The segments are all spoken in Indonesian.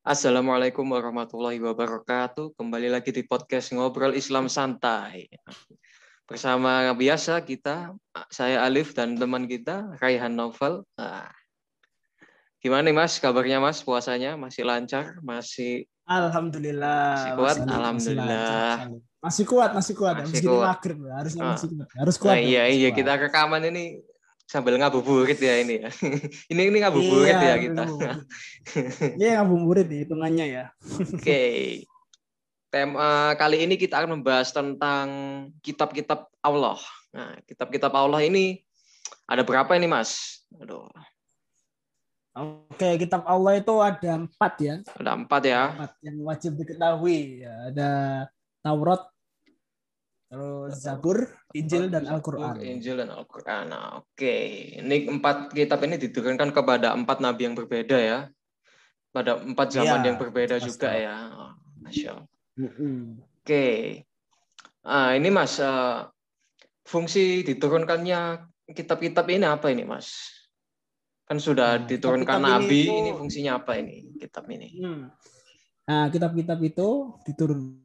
Assalamualaikum warahmatullahi wabarakatuh. Kembali lagi di podcast Ngobrol Islam Santai. Bersama biasa kita, saya Alif dan teman kita, Raihan Novel. Gimana nih Mas, kabarnya Mas, puasanya masih lancar? Masih Alhamdulillah, kuat? Mas Ali masih lancar, Mas Alhamdulillah. Ali. Masih kuat. Masih Habis gini kuat. maghrib, harusnya Ah, masih kuat. Harus kuat dong, harus iya, kuat. kita rekaman ini sambil ngabuburit ya ini ya. Ini Iya, ngabuburit ya kita. iya ngabuburit nih hitungannya ya. Oke. Tema kali ini kita akan membahas tentang kitab-kitab Allah. Nah, kitab-kitab Allah ini ada berapa ini, Mas? Aduh, Oke, kitab Allah itu ada 4 ya. ada 4 ya. 4 yang wajib diketahui. Ya, ada Taurat, terus Zabur, Injil, dan Al-Quran. Injil dan Al-Quran. Nah, oke. Ini 4 kitab ini diturunkan kepada 4 nabi yang berbeda ya. Pada 4 zaman yang berbeda juga sekali. ya. Oh, Masya Allah. Oke. Ini Mas, fungsi diturunkannya kitab-kitab ini apa ini, Mas? Kan sudah diturunkan kitab-kitab nabi, itu, ini fungsinya apa ini kitab ini? Nah, kitab-kitab itu diturunkan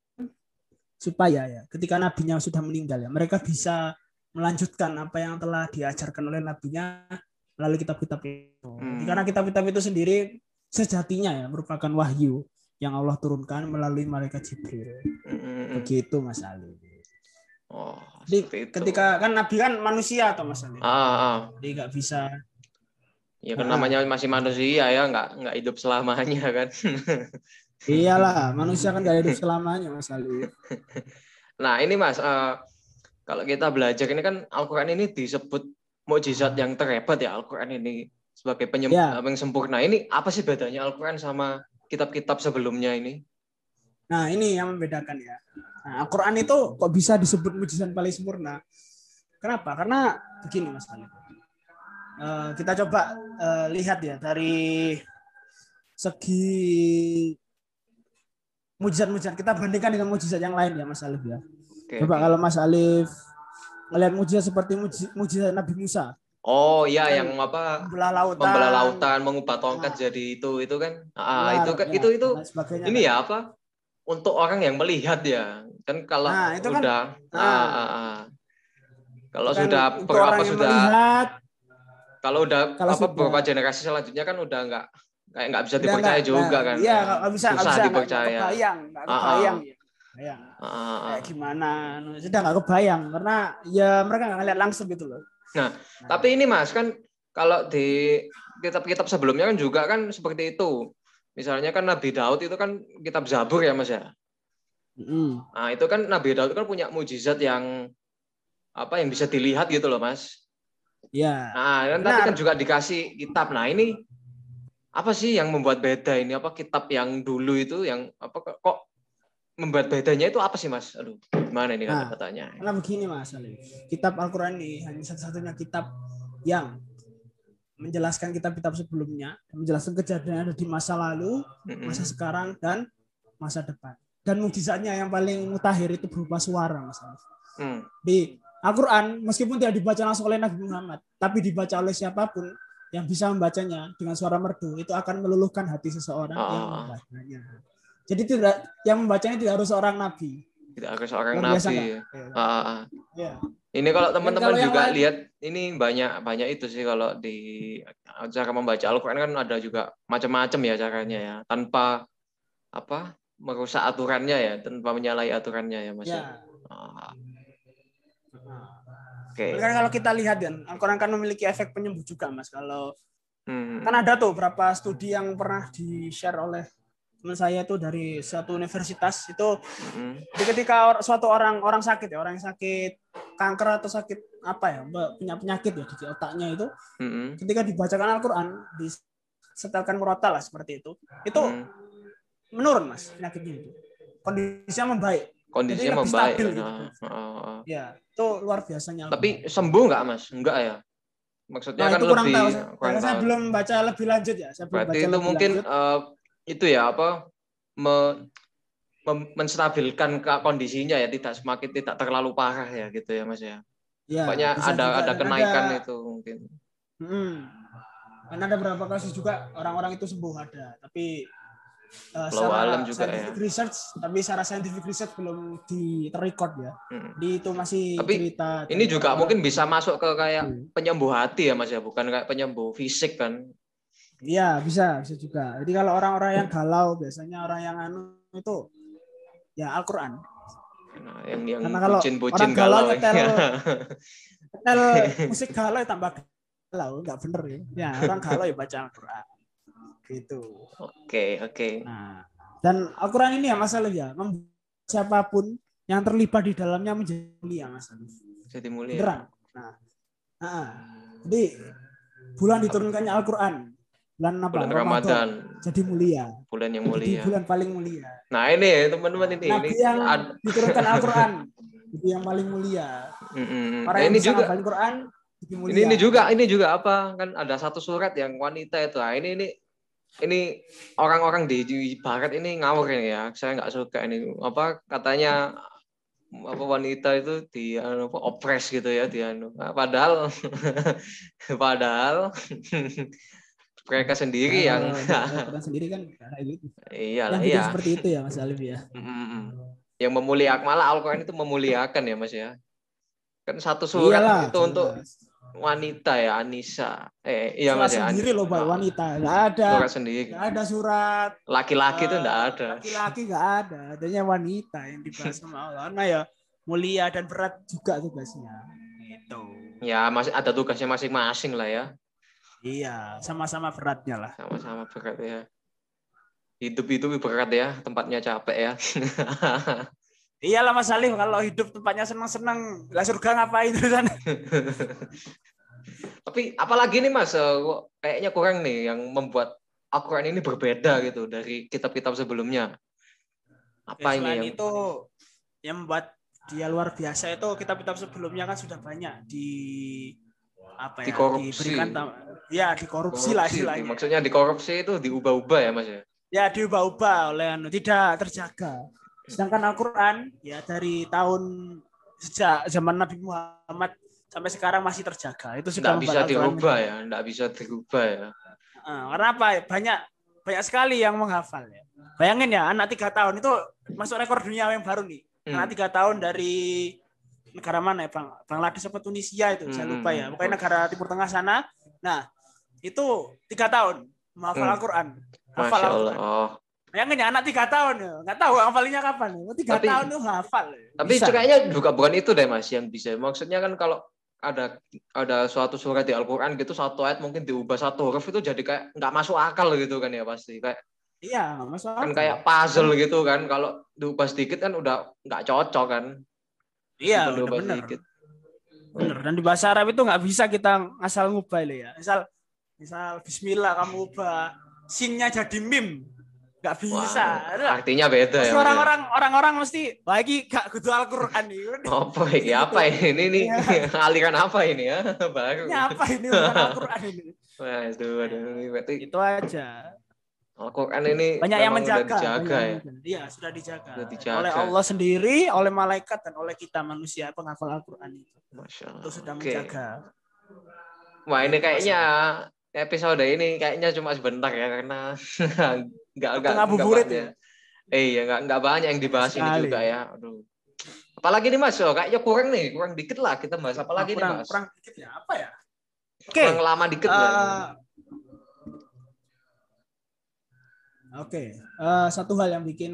supaya ya ketika nabinya sudah meninggal ya mereka bisa melanjutkan apa yang telah diajarkan oleh nabinya melalui kitab-kitab itu. Karena kitab-kitab itu sendiri sejatinya ya merupakan wahyu yang Allah turunkan melalui malaikat Jibril. Begitu Mas Ali. Oh, jadi ketika kan nabi kan manusia atau Mas Ali. Jadi nggak bisa. Ya kan namanya masih manusia ya, nggak hidup selamanya kan. Iyalah, manusia kan nggak hidup selamanya Mas Ali. Nah ini Mas, kalau kita belajar ini kan Al-Quran ini disebut mukjizat yang terhebat ya, Al-Quran ini sebagai yang sempurna. Ini apa sih bedanya Al-Quran sama kitab-kitab sebelumnya ini? Nah ini yang membedakan ya. Nah, Al-Quran itu kok bisa disebut mukjizat paling sempurna? Kenapa? Karena begini Mas Ali. Kita coba lihat ya dari segi mujizat-mujizat, kita bandingkan dengan mujizat yang lain ya Mas Alif ya. Coba kalau Mas Alif melihat mujizat seperti mujizat Nabi Musa. Oh iya, kan, yang apa? Membelah lautan, mengubah tongkat jadi itu kan. Itu ini ya apa? Untuk orang yang melihat ya. Kan kalau itu udah kan, kalau kan sudah berapa sudah melihat, kalau udah beberapa generasi selanjutnya kan udah nggak bisa dipercaya juga kan. Iya, nggak bisa dipercaya. Nggak kebayang. Kayak gimana? Sudah nggak kebayang karena ya mereka nggak ngeliat langsung gitu loh. Nah, tapi ini Mas kan kalau di kitab-kitab sebelumnya kan juga kan seperti itu. Misalnya kan Nabi Daud itu kan kitab Zabur ya Mas ya. Nah, itu kan Nabi Daud kan punya mujizat yang apa yang bisa dilihat gitu loh Mas. Ya. Nah, kan tadi kan juga dikasih kitab. Nah, ini apa sih yang membuat beda ini? Apa kitab yang dulu itu yang apa kok membuat bedanya itu apa sih Mas? Aduh, gimana ini kata-katanya? Karena begini Mas Ali. Kitab Al-Quran ini hanya satu-satunya kitab yang menjelaskan kitab-kitab sebelumnya, menjelaskan kejadian yang ada di masa lalu, masa sekarang, dan masa depan. Dan mukjizatnya yang paling mutakhir itu berupa suara Mas Ali. Di Al-Quran, meskipun tidak dibaca langsung oleh Nabi Muhammad, tapi dibaca oleh siapapun yang bisa membacanya dengan suara merdu, itu akan meluluhkan hati seseorang yang membacanya. Jadi yang membacanya tidak harus seorang nabi. Tidak harus seorang nabi. Ya. Ini kalau teman-teman juga lihat, ini banyak itu sih kalau di cara membaca Al-Quran kan ada juga macam-macam ya caranya ya, tanpa apa merusak aturannya ya, tanpa menyalahi aturannya ya Mas. Karena kalau kita lihat kan Al-Quran kan memiliki efek penyembuh juga Mas. Kalau kan ada tuh berapa studi yang pernah di-share oleh teman saya itu dari suatu universitas itu. Ketika suatu orang sakit ya, orang yang sakit kanker atau sakit apa ya, punya penyakit ya di otaknya itu, ketika dibacakan Al-Quran, disetelkan murotal lah seperti itu menurun Mas penyakitnya itu, kondisinya membaik. Kondisinya membaik. Stabil, gitu. Ya, itu luar biasanya. Tapi sembuh nggak Mas? Enggak ya? Maksudnya kan itu kurang lebih tahu. Karena saya belum baca lebih lanjut ya. Berarti itu mungkin itu ya apa menstabilkan kondisinya ya, tidak semakin tidak terlalu parah ya gitu ya Mas ya. Pokoknya ada kenaikan itu mungkin. Karena ada beberapa kasus juga orang-orang itu sembuh ada, tapi Alam juga scientific research, tapi secara scientific research belum terrecord ya. Di itu masih tapi cerita. Ini juga mungkin bisa masuk ke kayak penyembuh hati ya Mas ya, bukan kayak penyembuh fisik kan? Iya, bisa juga. Jadi kalau orang-orang yang galau, biasanya orang yang itu ya Al-Qur'an. Nah, yang karena kalau bucin-bucin galau nyetel musik galau ya tambah galau, nggak bener ya. Ya, orang galau ya baca Al-Qur'an. Gitu. Oke. Nah, dan Al-Qur'an ini ya Mas Alif ya, siapapun yang terlibat di dalamnya menjadi mulia Mas Alif. Jadi mulia. Beneran. Nah, jadi bulan diturunkannya Al-Qur'an. Bulan Ramadan. Jadi mulia. Bulan yang mulia. Jadi bulan paling mulia. Nah ini teman-teman ini. Nabi yang diturunkan Al-Qur'an. Jadi yang paling mulia. Orang yang ini bisa juga Al-Qur'an jadi mulia. Ini juga apa? Kan ada satu surat yang wanita itu. Nah, ini orang-orang di barat ini ngawur ini ya. Saya nggak suka ini. Apa katanya wanita itu opres gitu ya padahal mereka sendiri yang sendiri kan gitu. Iyalah yang seperti itu ya Mas Alif ya. Yang memuliakan, malah Al-Qur'an itu memuliakan ya Mas ya. Kan satu surat itu untuk wanita ya, Anisa. Iya Mas ya. Sendiri loh Pak, wanita. Enggak ada. Surat sendiri. Enggak ada surat. Laki-laki itu enggak ada. Laki-laki enggak ada. Adanya wanita yang dibahas sama Allah. Karena ya mulia dan berat juga tugasnya. Gitu. Ya, masih ada tugasnya masing-masing lah ya. Iya, sama-sama beratnya lah. Sama-sama berat ya. Hidup itu berat ya, tempatnya capek ya. Iyalah Mas Alif, kalau hidup tempatnya senang-senang, lah surga ngapain itu sana? Tapi apalagi nih Mas, kayaknya kurang nih yang membuat Al-Qur'an ini berbeda gitu dari kitab-kitab sebelumnya. Apa ini yang itu yang membuat dia luar biasa itu kitab-kitab sebelumnya kan sudah banyak diberikan dikorupsi lah istilahnya. Maksudnya dikorupsi itu diubah-ubah ya Mas ya? Ya diubah-ubah oleh tidak terjaga. Sedangkan Al-Qur'an ya dari sejak zaman Nabi Muhammad sampai sekarang masih terjaga. Itu sudah bisa dirubah ya, enggak bisa dirubah ya. Karena apa? Banyak sekali yang menghafal ya. Bayangin ya, anak 3 tahun itu masuk rekor dunia yang baru nih. Anak 3 tahun dari negara mana ya, Bangladesh atau Tunisia itu, saya lupa ya. Pokoknya negara Timur Tengah sana. Nah, itu 3 tahun menghafal Al-Qur'an. Hafal Al-Qur'an. Oh. Bayangin ya, anak 3 tahun ya. Nggak tahu hafalnya kapan. 3 tahun tuh hafal. Tapi kayaknya juga bukan itu deh Mas yang bisa. Maksudnya kan kalau ada suatu surat di Al-Qur'an gitu, satu ayat mungkin diubah satu huruf itu jadi kayak nggak masuk akal gitu kan ya pasti. Kayak iya, nggak masuk akal. Kan kayak puzzle gitu kan. Kalau diubah sedikit kan udah nggak cocok kan. Iya, benar. Bener. Dan di bahasa Arab itu nggak bisa kita asal ngubah ya. Misal Bismillah kamu ubah sinnya jadi mim, nggak bisa. Wah, artinya beda ya. Orang-orang mesti lagi gak kudu Al-Qur'an nih. Apa ini nih? Aliran apa ini ya? Baru. Ini apa ini Al-Qur'an ini? Itu aja. Al-Qur'an ini banyak yang menjaga. Ya. Iya, sudah dijaga. Oleh Allah sendiri, oleh malaikat dan oleh kita manusia penghafal Al-Qur'an itu. Masya Allah. Itu sudah menjaga. Wah, ini kayaknya episode ini kayaknya cuma sebentar ya karena nggak ngabuburit ya. Nggak banyak yang dibahas ini juga ya. Aduh. Apalagi nih Mas, kayaknya kurang dikit lah kita bahas apa lagi nih Mas? Kurang dikit ya, apa ya? Kurang lama dikit lah. Oke. Satu hal yang bikin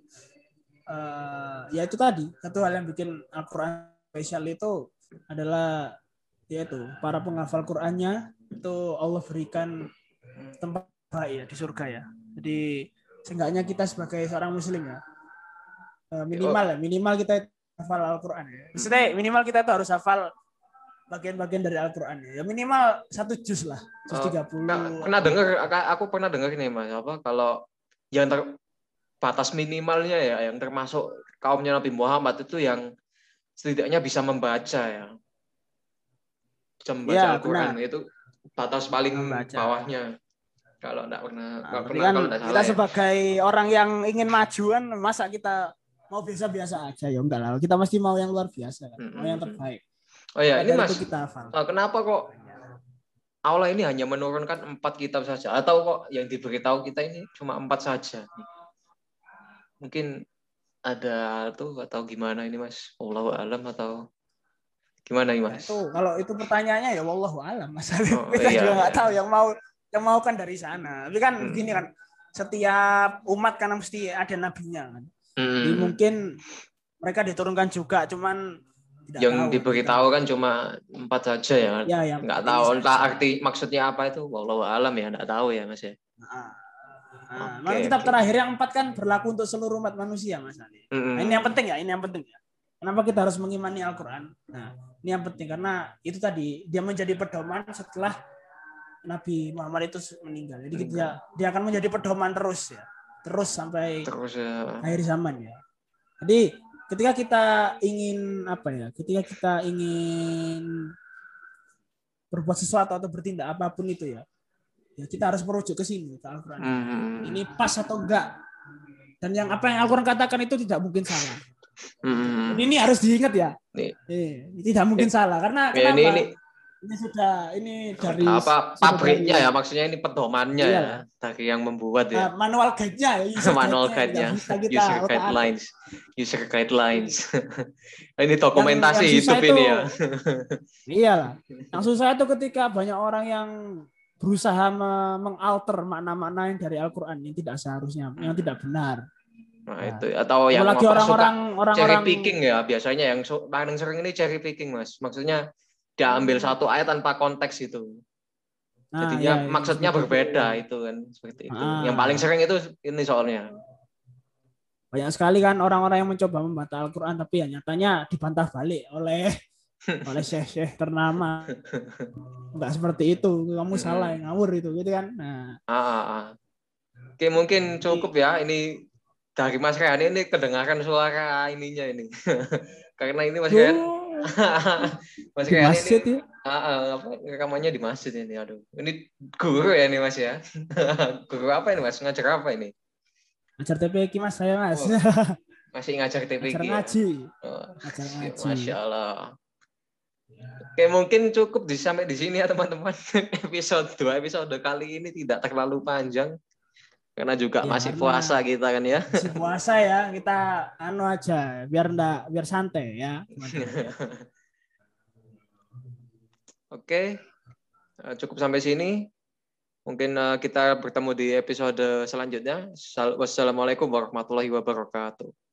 ya itu tadi, satu hal yang bikin Al-Qur'an spesial itu adalah yaitu para penghafal Qur'annya itu Allah berikan tempat baik ya di surga ya. Jadi seenggaknya kita sebagai seorang muslim ya minimal kita hafal Al-Qur'an ya. Maksudnya minimal kita itu harus hafal bagian-bagian dari Al-Qur'an ya. Minimal 1 juz lah, juz 30. Aku pernah dengar nih Mas, apa kalau yang batas minimalnya ya yang termasuk kaumnya Nabi Muhammad itu yang setidaknya bisa membaca ya. Bisa membaca Al-Qur'an itu batas paling bawahnya. Kalau enggak pernah kita sebagai orang yang ingin majuan, masa kita mau biasa-biasa aja ya enggak lah. Kita mesti mau yang luar biasa kan. Mau yang terbaik. Oh ya, ini Mas. Kenapa kok Allah ini hanya menurunkan 4 kitab saja, atau kok yang diberitahu kita ini cuma 4 saja? Mungkin ada tuh atau gimana ini Mas? Wallahu alam atau gimana ini Ya, Mas? kalau itu pertanyaannya ya wallahu alam Mas Alif. Oh Kita iya, juga nggak iya. tahu yang mau kan dari sana. Tapi kan begini kan, setiap umat kan mesti ada nabinya kan. Jadi mungkin mereka diturunkan juga, cuman tidak yang tahu diberitahu kan cuma 4 saja ya. Ya, yang Nggak 4 ini tahu entah saja. arti maksudnya apa itu. Wallahu alam ya, nggak tahu ya Mas ya. Malah kitab terakhir yang 4 kan berlaku untuk seluruh umat manusia Mas Ali. Nah, ini yang penting ya, ini yang penting ya. Kenapa kita harus mengimani Al-Quran? Nah, ini yang penting karena itu tadi dia menjadi pedoman setelah Nabi Muhammad itu meninggal. Jadi dia akan menjadi pedoman terus ya, terus sampai akhir zaman ya. Jadi ketika kita ingin ketika kita ingin berbuat sesuatu atau bertindak apapun itu ya kita harus merujuk ke sini ke Al-Quran. Ini pas atau enggak? Dan yang apa yang Al-Quran katakan itu tidak mungkin salah. Ini harus diingat ya. Tidak mungkin salah karena kenapa? Ini dari pabriknya ya, maksudnya ini pedomannya ya, dari yang membuat ya. Manual guide-nya ya, manual guide-nya, user guidelines. Ini dokumentasi yang YouTube ini ya. Iyalah. Yang susah itu ketika banyak orang yang berusaha mengalter makna-makna yang dari Al-Quran yang tidak seharusnya, yang tidak benar. Nah, itu atau yang orang-orang cherry picking ya, biasanya yang paling sering ini cherry picking Mas. Maksudnya dia ambil satu ayat tanpa konteks itu. Jadinya maksudnya berbeda itu kan, seperti itu. Yang paling sering itu ini soalnya. Banyak sekali kan orang-orang yang mencoba membantah Al-Quran tapi ya nyatanya dibantah balik oleh syekh-syekh ternama. Enggak seperti itu, kamu salah, ngawur itu gitu kan. Nah. Oke, mungkin cukup ya ini dari Mas Rehan ini kedengaran suara ininya ini. Karena ini Mas Rehan Mas Rehan ini rekamannya di masjid ini. Aduh. Ini guru ya ini Mas ya. Guru apa ini Mas? Ngajar apa ini? Ngajar TPQ Mas saya Mas. Masih ngajar TPQ. Ngajar ngaji. Ngajar ngaji. Masya Allah. Oke, mungkin cukup sampai di sini ya teman-teman. Episode kali ini tidak terlalu panjang. Karena juga masih puasa kita kan ya. Masih puasa ya, kita aja biar santai ya. Oke. Cukup sampai sini. Mungkin kita bertemu di episode selanjutnya. Wassalamualaikum warahmatullahi wabarakatuh.